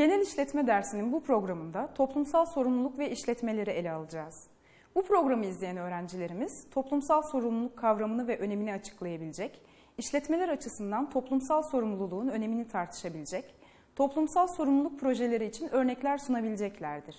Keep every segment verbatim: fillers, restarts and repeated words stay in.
Genel işletme dersinin bu programında toplumsal sorumluluk ve işletmeleri ele alacağız. Bu programı izleyen öğrencilerimiz toplumsal sorumluluk kavramını ve önemini açıklayabilecek, işletmeler açısından toplumsal sorumluluğun önemini tartışabilecek, toplumsal sorumluluk projeleri için örnekler sunabileceklerdir.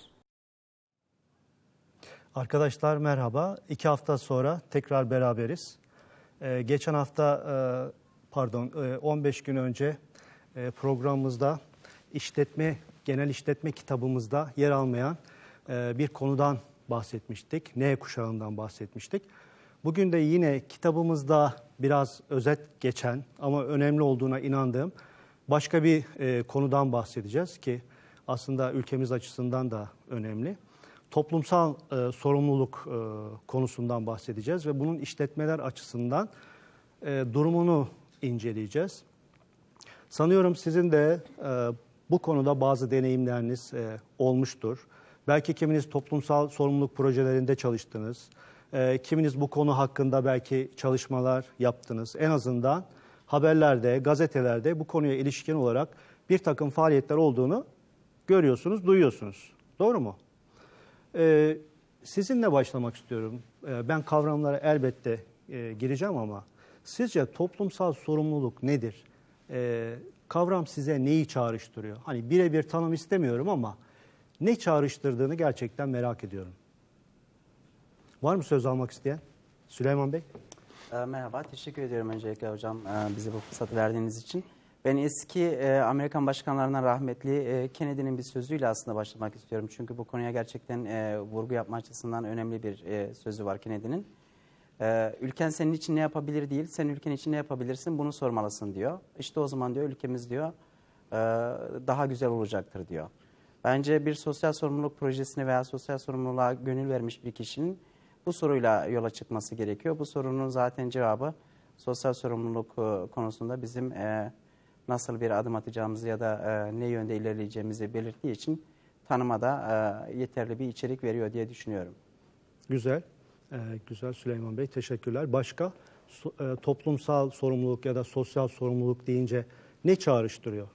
Arkadaşlar merhaba. İki hafta sonra tekrar beraberiz. Ee, geçen hafta, e, pardon e, on beş gün önce e, programımızda işletme, genel işletme kitabımızda yer almayan e, bir konudan bahsetmiştik. N kuşağından bahsetmiştik. Bugün de yine kitabımızda biraz özet geçen ama önemli olduğuna inandığım başka bir e, konudan bahsedeceğiz ki aslında ülkemiz açısından da önemli. Toplumsal e, sorumluluk e, konusundan bahsedeceğiz ve bunun işletmeler açısından e, durumunu inceleyeceğiz. Sanıyorum sizin de e, bu konuda bazı deneyimleriniz e, olmuştur. Belki kiminiz toplumsal sorumluluk projelerinde çalıştınız. E, kiminiz bu konu hakkında belki çalışmalar yaptınız. En azından haberlerde, gazetelerde bu konuya ilişkin olarak bir takım faaliyetler olduğunu görüyorsunuz, duyuyorsunuz. Doğru mu? Ee, sizinle başlamak istiyorum. Ee, ben kavramlara elbette e, gireceğim ama sizce toplumsal sorumluluk nedir? Ee, kavram size neyi çağrıştırıyor? Hani birebir tanım istemiyorum ama ne çağrıştırdığını gerçekten merak ediyorum. Var mı söz almak isteyen? Süleyman Bey. E, merhaba, teşekkür ediyorum öncelikle hocam e, bize bu fırsatı verdiğiniz için. Ben eski e, Amerikan başkanlarından rahmetli e, Kennedy'nin bir sözüyle aslında başlamak istiyorum. Çünkü bu konuya gerçekten e, vurgu yapma açısından önemli bir e, sözü var Kennedy'nin. E, ülken senin için ne yapabilir değil, sen ülken için ne yapabilirsin bunu sormalısın diyor. İşte o zaman diyor ülkemiz diyor e, daha güzel olacaktır diyor. Bence bir sosyal sorumluluk projesine veya sosyal sorumluluğa gönül vermiş bir kişinin bu soruyla yola çıkması gerekiyor. Bu sorunun zaten cevabı sosyal sorumluluk e, konusunda bizim... E, nasıl bir adım atacağımızı ya da e, ne yönde ilerleyeceğimizi belirttiği için tanımada e, yeterli bir içerik veriyor diye düşünüyorum. Güzel, ee, güzel Süleyman Bey, teşekkürler. Başka so, e, toplumsal sorumluluk ya da sosyal sorumluluk deyince ne çağrıştırıyor?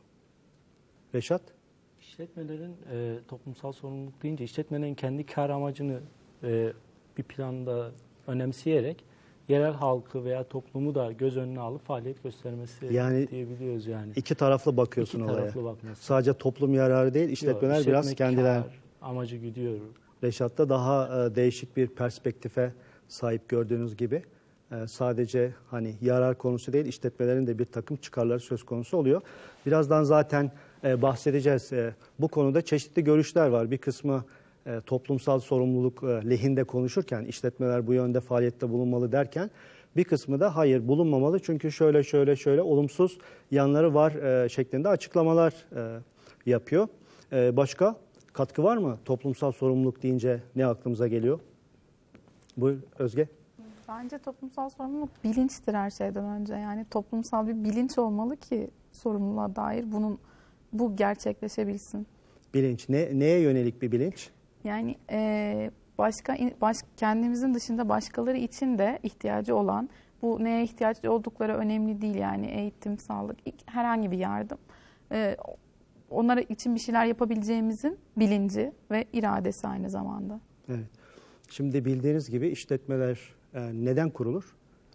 Reşat? İşletmelerin e, toplumsal sorumluluk deyince işletmenin kendi kar amacını e, bir planda önemseyerek yerel halkı veya toplumu da göz önüne alıp faaliyet göstermesi yani diyebiliyoruz yani. İki taraflı bakıyorsun iki olaya. Taraflı bakması. Sadece toplum yararı değil, işletmeler Yok, biraz kendiler amacı gidiyor. Reşat'ta daha e, değişik bir perspektife sahip gördüğünüz gibi. E, sadece hani yarar konusu değil, işletmelerin de bir takım çıkarları söz konusu oluyor. Birazdan zaten e, bahsedeceğiz. E, bu konuda çeşitli görüşler var. Bir kısmı E, toplumsal sorumluluk e, lehinde konuşurken işletmeler bu yönde faaliyette bulunmalı derken bir kısmı da hayır bulunmamalı çünkü şöyle şöyle şöyle olumsuz yanları var e, şeklinde açıklamalar e, yapıyor. E, başka katkı var mı? Toplumsal sorumluluk deyince ne aklımıza geliyor? Buyur Özge. Bence toplumsal sorumluluk bilinçtir her şeyden önce. Yani toplumsal bir bilinç olmalı ki sorumluluğa dair bunun bu gerçekleşebilsin. Bilinç. Ne, neye yönelik bir bilinç? Yani e, başka baş, kendimizin dışında başkaları için de ihtiyacı olan, bu neye ihtiyaç oldukları önemli değil yani eğitim, sağlık, herhangi bir yardım. E, onlara için bir şeyler yapabileceğimizin bilinci ve iradesi aynı zamanda. Evet. Şimdi bildiğiniz gibi işletmeler e, neden kurulur?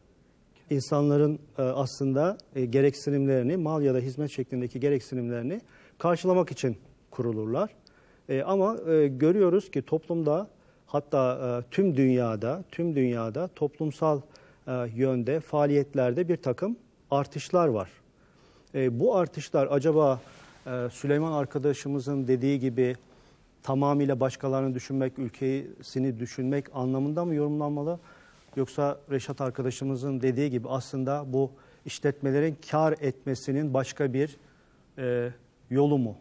İnsanların e, aslında e, gereksinimlerini, mal ya da hizmet şeklindeki gereksinimlerini karşılamak için kurulurlar. E, ama e, görüyoruz ki toplumda hatta e, tüm dünyada tüm dünyada toplumsal e, yönde faaliyetlerde bir takım artışlar var. E, bu artışlar acaba e, Süleyman arkadaşımızın dediği gibi tamamıyla başkalarını düşünmek, ülkesini düşünmek anlamında mı yorumlanmalı? Yoksa Reşat arkadaşımızın dediği gibi aslında bu işletmelerin kar etmesinin başka bir e, yolu mu?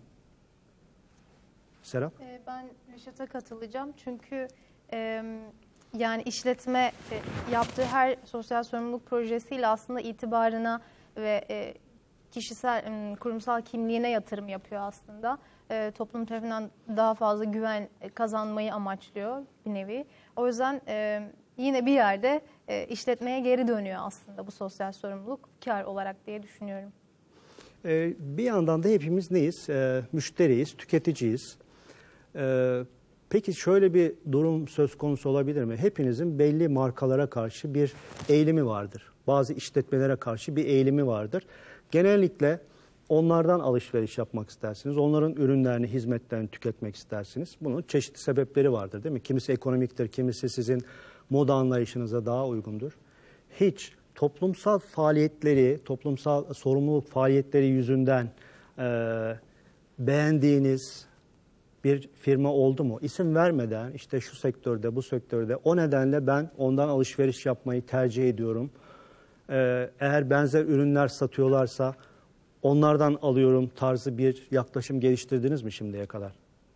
Serap? Ben Reşat'a katılacağım çünkü e, yani işletme e, yaptığı her sosyal sorumluluk projesiyle aslında itibarına ve e, kişisel, e, kurumsal kimliğine yatırım yapıyor aslında. E, toplum tarafından daha fazla güven kazanmayı amaçlıyor bir nevi. O yüzden e, yine bir yerde e, işletmeye geri dönüyor aslında bu sosyal sorumluluk kar olarak diye düşünüyorum. E, bir yandan da hepimiz neyiz? E, müşteriyiz, tüketiciyiz. E, peki şöyle bir durum söz konusu olabilir mi? Hepinizin belli markalara karşı bir eğilimi vardır. Bazı işletmelere karşı bir eğilimi vardır. Genellikle onlardan alışveriş yapmak istersiniz. Onların ürünlerini, hizmetlerini tüketmek istersiniz. Bunun çeşitli sebepleri vardır değil mi? Kimisi ekonomiktir, kimisi sizin moda anlayışınıza daha uygundur. Hiç toplumsal faaliyetleri, toplumsal sorumluluk faaliyetleri yüzünden e, beğendiğiniz bir firma oldu mu? İsim vermeden işte şu sektörde, bu sektörde o nedenle ben ondan alışveriş yapmayı tercih ediyorum. E, eğer benzer ürünler satıyorlarsa onlardan alıyorum tarzı bir yaklaşım geliştirdiniz mi şimdiye kadar?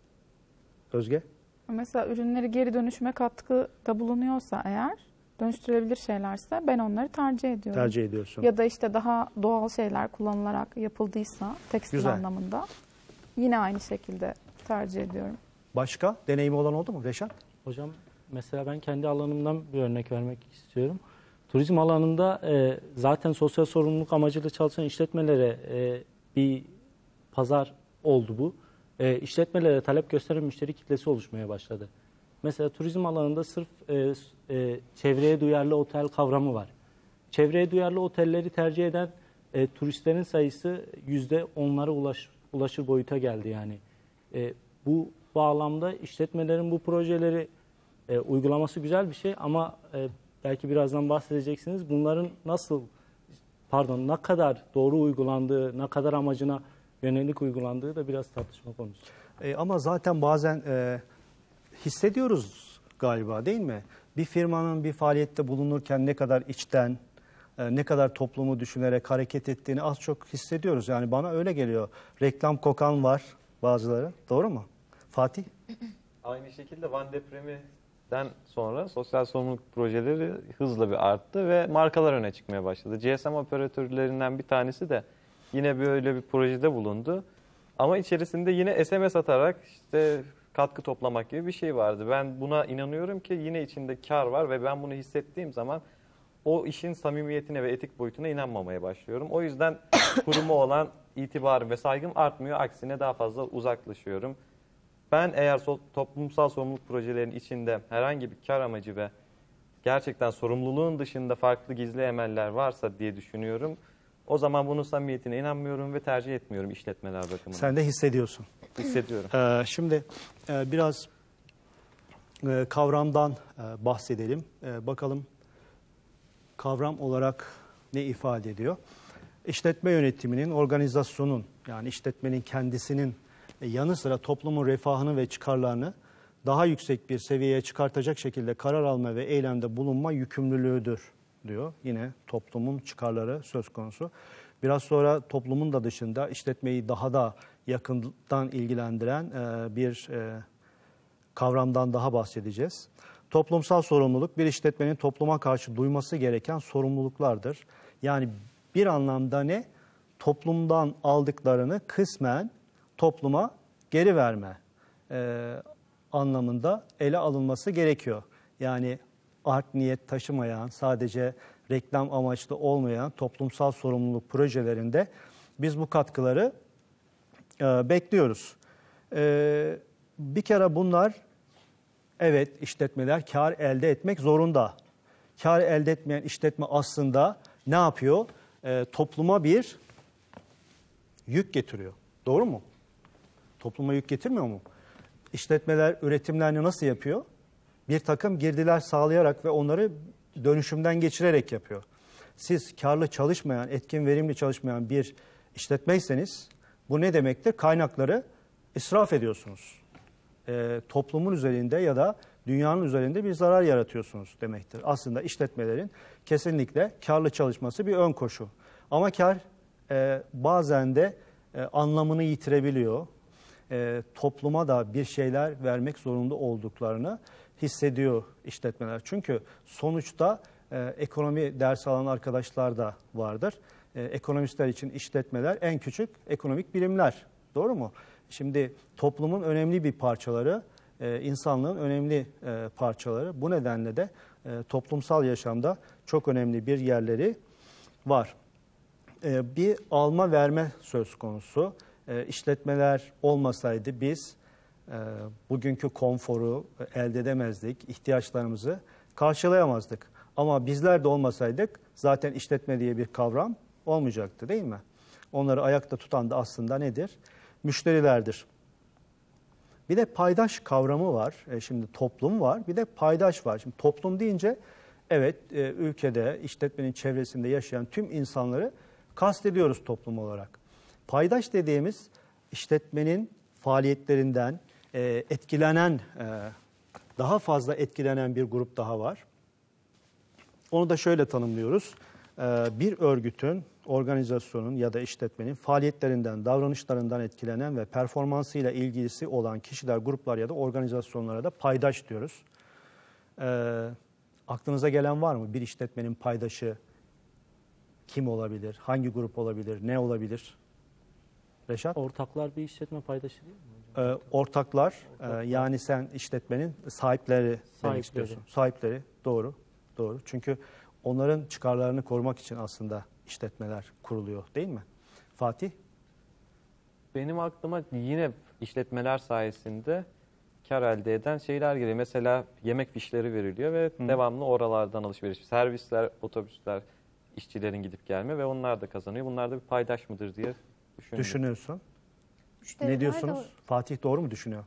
Özge? Mesela ürünleri geri dönüşüme katkıda bulunuyorsa eğer, dönüştürülebilir şeylerse ben onları tercih ediyorum. Tercih ediyorsun. Ya da işte daha doğal şeyler kullanılarak yapıldıysa tekstil Güzel. anlamında yine aynı şekilde tercih ediyorum. Başka deneyimi olan oldu mu Reşat? Hocam mesela ben kendi alanımdan bir örnek vermek istiyorum. Turizm alanında e, zaten sosyal sorumluluk amacıyla çalışan işletmelere e, bir pazar oldu bu. E, işletmelere talep gösteren müşteri kitlesi oluşmaya başladı. Mesela turizm alanında sırf e, e, çevreye duyarlı otel kavramı var. Çevreye duyarlı otelleri tercih eden e, turistlerin sayısı yüzde onlara ulaş, ulaşır boyuta geldi yani. E, bu bağlamda işletmelerin bu projeleri e, uygulaması güzel bir şey ama e, belki birazdan bahsedeceksiniz. Bunların nasıl, pardon ne kadar doğru uygulandığı, ne kadar amacına yönelik uygulandığı da biraz tartışma konusu. E, ama zaten bazen e, hissediyoruz galiba değil mi? Bir firmanın bir faaliyette bulunurken ne kadar içten, e, ne kadar toplumu düşünerek hareket ettiğini az çok hissediyoruz. Yani bana öyle geliyor. Reklam kokan var bazıları. Doğru mu? Fatih? Aynı şekilde Van depreminden sonra sosyal sorumluluk projeleri hızla bir arttı ve markalar öne çıkmaya başladı. G S M operatörlerinden bir tanesi de yine böyle bir projede bulundu. Ama içerisinde yine S M S atarak işte katkı toplamak gibi bir şey vardı. Ben buna inanıyorum ki yine içinde kar var ve ben bunu hissettiğim zaman o işin samimiyetine ve etik boyutuna inanmamaya başlıyorum. O yüzden kuruma olan itibarım ve saygım artmıyor. Aksine daha fazla uzaklaşıyorum. Ben eğer so toplumsal sorumluluk projelerinin içinde herhangi bir kar amacı ve gerçekten sorumluluğun dışında farklı gizli emeller varsa diye düşünüyorum. O zaman bunun samimiyetine inanmıyorum ve tercih etmiyorum işletmeler bakımından. Sen de hissediyorsun. Hissediyorum. Ee, şimdi e, biraz e, kavramdan e, bahsedelim. E, bakalım kavram olarak ne ifade ediyor? İşletme yönetiminin, organizasyonun yani işletmenin kendisinin yanı sıra toplumun refahını ve çıkarlarını daha yüksek bir seviyeye çıkartacak şekilde karar alma ve eylemde bulunma yükümlülüğüdür diyor. Yine toplumun çıkarları söz konusu. Biraz sonra toplumun da dışında işletmeyi daha da yakından ilgilendiren e, bir e, kavramdan daha bahsedeceğiz. Toplumsal sorumluluk bir işletmenin topluma karşı duyması gereken sorumluluklardır. Yani bir anlamda ne? Toplumdan aldıklarını kısmen topluma geri verme e, anlamında ele alınması gerekiyor. Yani art niyet taşımayan, sadece reklam amaçlı olmayan toplumsal sorumluluk projelerinde biz bu katkıları e, bekliyoruz. E, bir kere bunlar, evet işletmeler kar elde etmek zorunda. Kar elde etmeyen işletme aslında ne yapıyor? E, topluma bir yük getiriyor. Doğru mu? Topluma yük getirmiyor mu? İşletmeler üretimlerini nasıl yapıyor? Bir takım girdiler sağlayarak ve onları dönüşümden geçirerek yapıyor. Siz karlı çalışmayan, etkin verimli çalışmayan bir işletmeyseniz bu ne demektir? Kaynakları israf ediyorsunuz. E, toplumun üzerinde ya da dünyanın üzerinde bir zarar yaratıyorsunuz demektir. Aslında işletmelerin kesinlikle karlı çalışması bir ön koşu. Ama kar e, bazen de e, anlamını yitirebiliyor. E, topluma da bir şeyler vermek zorunda olduklarını hissediyor işletmeler. Çünkü sonuçta e, ekonomi ders alan arkadaşlar da vardır. E, ekonomistler için işletmeler en küçük ekonomik birimler. Doğru mu? Şimdi toplumun önemli bir parçaları, e, insanlığın önemli e, parçaları. Bu nedenle de e, toplumsal yaşamda çok önemli bir yerleri var. e, bir alma verme söz konusu. E, işletmeler olmasaydı biz e, bugünkü konforu elde edemezdik, ihtiyaçlarımızı karşılayamazdık. Ama bizler de olmasaydık zaten işletme diye bir kavram olmayacaktı, değil mi? Onları ayakta tutan da aslında nedir? Müşterilerdir. Bir de paydaş kavramı var. E, şimdi toplum var, bir de paydaş var. Şimdi toplum deyince evet e, ülkede, işletmenin çevresinde yaşayan tüm insanları kastediyoruz toplum olarak. Paydaş dediğimiz işletmenin faaliyetlerinden e, etkilenen, e, daha fazla etkilenen bir grup daha var. Onu da şöyle tanımlıyoruz. E, bir örgütün, organizasyonun ya da işletmenin faaliyetlerinden, davranışlarından etkilenen ve performansıyla ilgisi olan kişiler, gruplar ya da organizasyonlara da paydaş diyoruz. E, aklınıza gelen var mı? Bir işletmenin paydaşı kim olabilir? Hangi grup olabilir? Ne olabilir? Reşat? Ortaklar bir işletme paydaşı değil mi hocam? Ee, ortaklar, Ortaklar. E, yani sen işletmenin sahipleri demek Sahipleri. istiyorsun. Sahipleri, doğru, doğru. Çünkü onların çıkarlarını korumak için aslında işletmeler kuruluyor, değil mi? Fatih? Benim aklıma yine işletmeler sayesinde kar elde eden şeyler geliyor. Mesela yemek fişleri veriliyor ve Hı. devamlı oralardan alışveriş. Servisler, otobüsler, işçilerin gidip gelme ve onlar da kazanıyor. Bunlar da bir paydaş mıdır diye düşünüyorum. Düşünüyorsun. Müşteriler Ne de- diyorsunuz? Fatih doğru mu düşünüyor?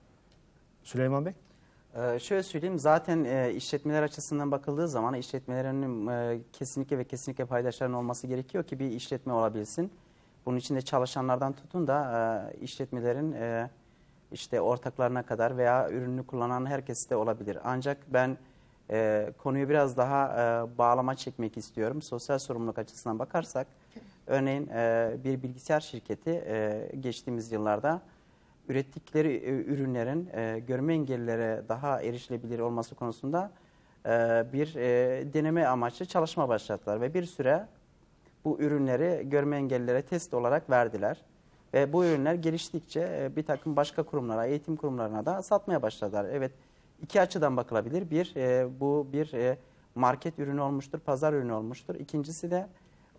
Süleyman Bey? Ee, şöyle söyleyeyim, zaten e, işletmeler açısından bakıldığı zaman işletmelerin e, kesinlikle ve kesinlikle paydaşların olması gerekiyor ki bir işletme olabilsin. Bunun için de çalışanlardan tutun da e, işletmelerin e, işte ortaklarına kadar veya ürünü kullanan herkes de olabilir. Ancak ben e, konuyu biraz daha e, bağlama çekmek istiyorum. Sosyal sorumluluk açısından bakarsak, örneğin e, bir bilgisayar şirketi e, geçtiğimiz yıllarda ürettikleri e, ürünlerin e, görme engellilere daha erişilebilir olması konusunda e, bir e, deneme amaçlı çalışma başlattılar ve bir süre bu ürünleri görme engellilere test olarak verdiler. Ve bu ürünler geliştikçe e, bir takım başka kurumlara, eğitim kurumlarına da satmaya başladılar. Evet, iki açıdan bakılabilir. Bir, e, bu bir e, market ürünü olmuştur, pazar ürünü olmuştur. İkincisi de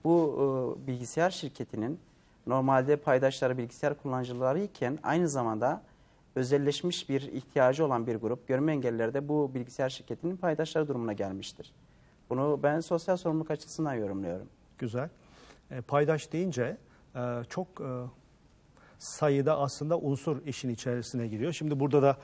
bu e, bilgisayar şirketinin normalde paydaşları bilgisayar kullanıcıları iken aynı zamanda özelleşmiş bir ihtiyacı olan bir grup görme engellileri de bu bilgisayar şirketinin paydaşları durumuna gelmiştir. Bunu ben sosyal sorumluluk açısından yorumluyorum. Güzel. E, paydaş deyince e, çok e, sayıda aslında unsur işin içerisine giriyor. Şimdi burada da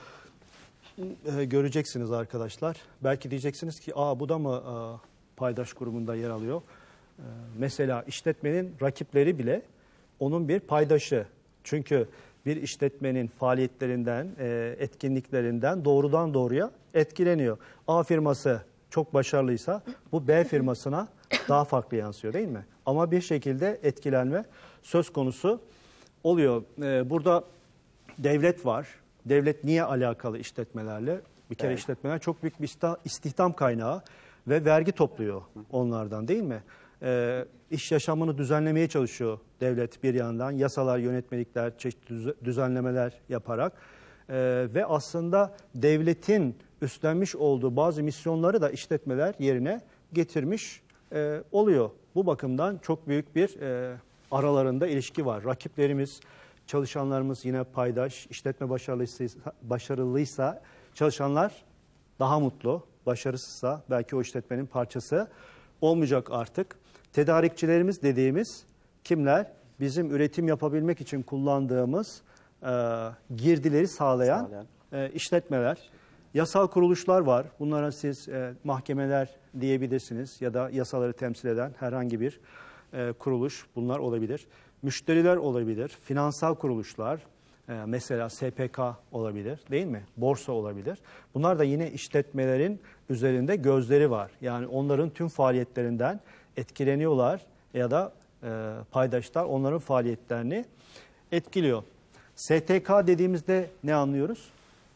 e, göreceksiniz arkadaşlar. Belki diyeceksiniz ki aa bu da mı e, paydaş grubunda yer alıyor? E, mesela işletmenin rakipleri bile onun bir paydaşı. Çünkü bir işletmenin faaliyetlerinden, e, etkinliklerinden doğrudan doğruya etkileniyor. A firması çok başarılıysa bu B firmasına daha farklı yansıyor, değil mi? Ama bir şekilde etkilenme söz konusu oluyor. Ee, burada devlet var. Devlet niye alakalı işletmelerle? Bir kere Evet. işletmeler çok büyük bir ista- istihdam kaynağı ve vergi topluyor onlardan, değil mi? Ee, iş yaşamını düzenlemeye çalışıyor devlet bir yandan. Yasalar, yönetmelikler, çeşitli düz- düzenlemeler yaparak. Ee, ve aslında devletin üstlenmiş olduğu bazı misyonları da işletmeler yerine getirmiş e, oluyor. Bu bakımdan çok büyük bir e, aralarında ilişki var. Rakiplerimiz, çalışanlarımız yine paydaş. İşletme başarılıysa, başarılıysa çalışanlar daha mutlu. Başarısızsa belki o işletmenin parçası olmayacak artık. Tedarikçilerimiz dediğimiz kimler? Bizim üretim yapabilmek için kullandığımız e, girdileri sağlayan, Sağlayan. e, işletmeler. Yasal kuruluşlar var. Bunlara siz e, mahkemeler diyebilirsiniz ya da yasaları temsil eden herhangi bir e, kuruluş bunlar olabilir. Müşteriler olabilir, finansal kuruluşlar, e, mesela S P K olabilir, değil mi? Borsa olabilir. Bunlar da yine işletmelerin üzerinde gözleri var. Yani onların tüm faaliyetlerinden etkileniyorlar ya da e, paydaşlar onların faaliyetlerini etkiliyor. S T K dediğimizde ne anlıyoruz?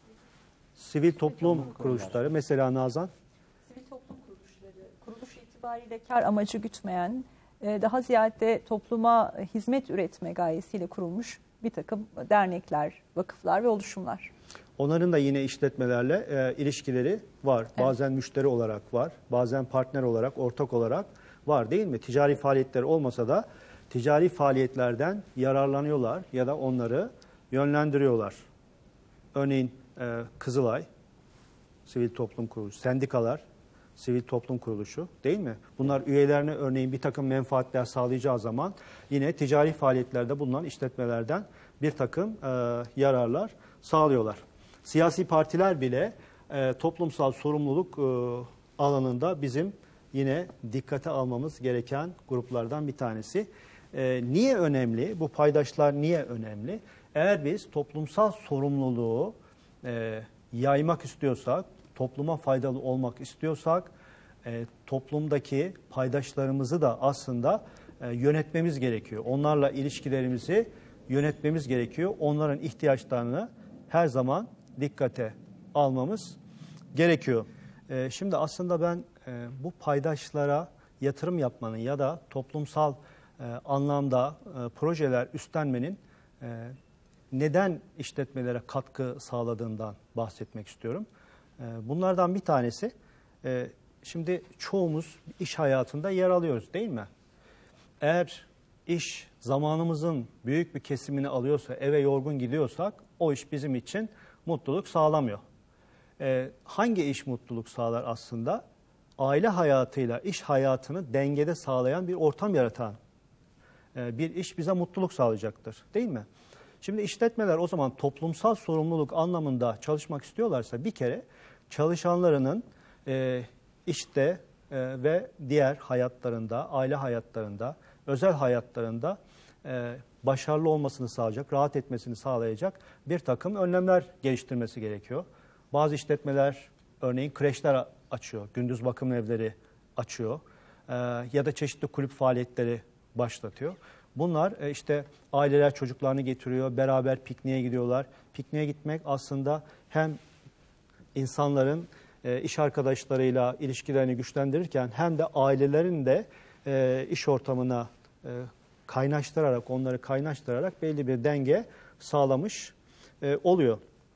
Sivil toplum kuruluşları. Mesela Nazan? Sivil toplum kuruluşları, kuruluş itibariyle kar amacı gütmeyen, e, daha ziyade topluma hizmet üretme gayesiyle kurulmuş bir takım dernekler, vakıflar ve oluşumlar. Onların da yine işletmelerle e, ilişkileri var. Evet. Bazen müşteri olarak var, bazen partner olarak, ortak olarak var değil mi? Ticari faaliyetler olmasa da ticari faaliyetlerden yararlanıyorlar ya da onları yönlendiriyorlar. Örneğin e, Kızılay, sivil toplum kuruluşu, sendikalar, sivil toplum kuruluşu değil mi? Bunlar üyelerine örneğin bir takım menfaatler sağlayacağı zaman yine ticari faaliyetlerde bulunan işletmelerden bir takım e, yararlar sağlıyorlar. Siyasi partiler bile e, toplumsal sorumluluk e, alanında bizim yine dikkate almamız gereken gruplardan bir tanesi. E, niye önemli? Bu paydaşlar niye önemli? Eğer biz toplumsal sorumluluğu e, yaymak istiyorsak, topluma faydalı olmak istiyorsak, e, toplumdaki paydaşlarımızı da aslında e, yönetmemiz gerekiyor. Onlarla ilişkilerimizi yönetmemiz gerekiyor. Onların ihtiyaçlarını her zaman dikkate almamız gerekiyor. E, şimdi aslında ben e, bu paydaşlara yatırım yapmanın ya da toplumsal e, anlamda e, projeler üstlenmenin e, neden işletmelere katkı sağladığından bahsetmek istiyorum. E, bunlardan bir tanesi, e, şimdi çoğumuz iş hayatında yer alıyoruz değil mi? Eğer iş zamanımızın büyük bir kesimini alıyorsa, eve yorgun gidiyorsak o iş bizim için mutluluk sağlamıyor. Ee, hangi iş mutluluk sağlar aslında? Aile hayatıyla iş hayatını dengede sağlayan bir ortam yaratan e, bir iş bize mutluluk sağlayacaktır değil mi? Şimdi işletmeler o zaman toplumsal sorumluluk anlamında çalışmak istiyorlarsa bir kere çalışanlarının e, işte e, ve diğer hayatlarında, aile hayatlarında, özel hayatlarında e, başarılı olmasını sağlayacak, rahat etmesini sağlayacak bir takım önlemler geliştirmesi gerekiyor. Bazı işletmeler örneğin kreşler açıyor, gündüz bakım evleri açıyor e, ya da çeşitli kulüp faaliyetleri başlatıyor. Bunlar e, işte aileler çocuklarını getiriyor, beraber pikniğe gidiyorlar. Pikniğe gitmek aslında hem insanların e, iş arkadaşlarıyla ilişkilerini güçlendirirken hem de ailelerin de e, iş ortamına e, kaynaştırarak, onları kaynaştırarak belli bir denge sağlamış e, oluyor.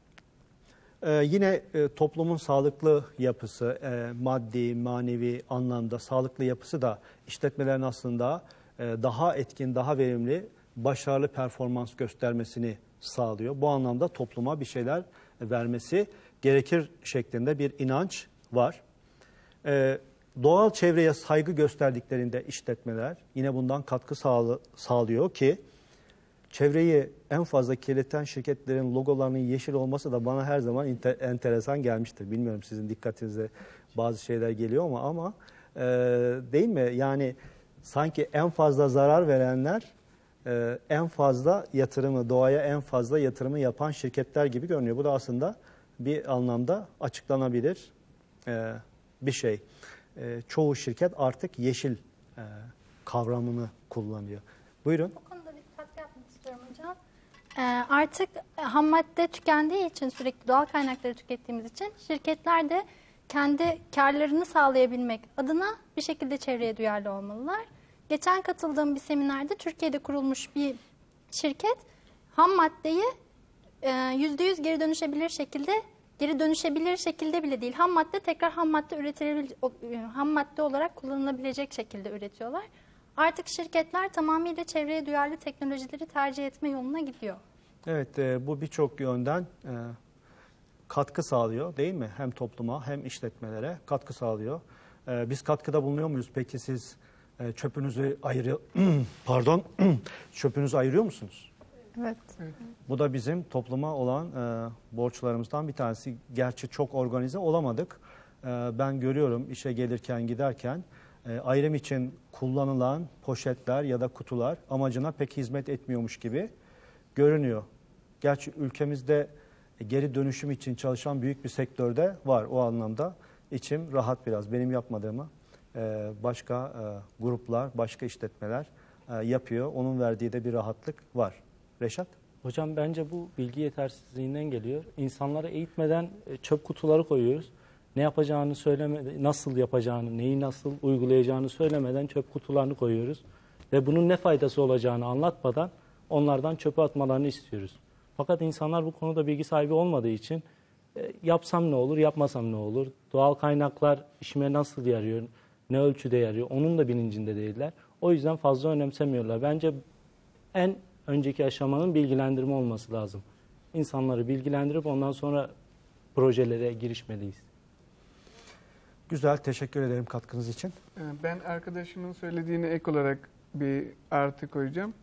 E, yine e, toplumun sağlıklı yapısı, e, maddi, manevi anlamda sağlıklı yapısı da işletmelerin aslında e, daha etkin, daha verimli, başarılı performans göstermesini sağlıyor. Bu anlamda topluma bir şeyler vermesi gerekir şeklinde bir inanç var. E, doğal çevreye saygı gösterdiklerinde işletmeler yine bundan katkı sağlı, sağlıyor ki çevreyi en fazla kirleten şirketlerin logolarının yeşil olması da bana her zaman enter, enteresan gelmiştir. Bilmiyorum sizin dikkatinize bazı şeyler geliyor mu ama e, değil mi? Yani sanki en fazla zarar verenler e, en fazla yatırımı, doğaya en fazla yatırımı yapan şirketler gibi görünüyor. Bu da aslında bir anlamda açıklanabilir e, bir şey. E, çoğu şirket artık yeşil e, kavramını kullanıyor. Buyurun. Bu konuda bir katkı yapmak istiyorum hocam. Ee, artık ham madde tükendiği için, sürekli doğal kaynakları tükettiğimiz için şirketler de kendi karlarını sağlayabilmek adına bir şekilde çevreye duyarlı olmalılar. Geçen katıldığım bir seminerde Türkiye'de kurulmuş bir şirket ham maddeyi yüzde yüz geri dönüşebilir şekilde, geri dönüşebilir şekilde bile değil, ham madde tekrar ham madde üretilebilir, ham madde olarak kullanılabilecek şekilde üretiyorlar. Artık şirketler tamamıyla çevreye duyarlı teknolojileri tercih etme yoluna gidiyor. Evet, e, bu birçok yönden e, katkı sağlıyor değil mi? Hem topluma hem işletmelere katkı sağlıyor. E, biz katkıda bulunuyor muyuz? Peki siz e, çöpünüzü ayırıyor, pardon, çöpünüzü ayırıyor musunuz? Evet. Bu da bizim topluma olan e, borçlarımızdan bir tanesi. Gerçi çok organize olamadık. E, ben görüyorum işe gelirken giderken e, ayrım için kullanılan poşetler ya da kutular amacına pek hizmet etmiyormuş gibi görünüyor. Gerçi ülkemizde geri dönüşüm için çalışan büyük bir sektörde var. O anlamda içim rahat biraz. Benim yapmadığımı e, başka e, gruplar, başka işletmeler e, yapıyor. Onun verdiği de bir rahatlık var. Reşat? Hocam bence bu bilgi yetersizliğinden geliyor. İnsanları eğitmeden çöp kutuları koyuyoruz. Ne yapacağını söylemeden, nasıl yapacağını, neyi nasıl uygulayacağını söylemeden çöp kutularını koyuyoruz. Ve bunun ne faydası olacağını anlatmadan onlardan çöpe atmalarını istiyoruz. Fakat insanlar bu konuda bilgi sahibi olmadığı için e, yapsam ne olur, yapmasam ne olur, doğal kaynaklar işime nasıl yarıyor, ne ölçüde yarıyor onun da bilincinde değiller. O yüzden fazla önemsemiyorlar. Bence en önceki aşamanın bilgilendirme olması lazım. İnsanları bilgilendirip ondan sonra projelere girişmeliyiz. Güzel, teşekkür ederim katkınız için. Ben arkadaşımın söylediğine ek olarak bir artı koyacağım.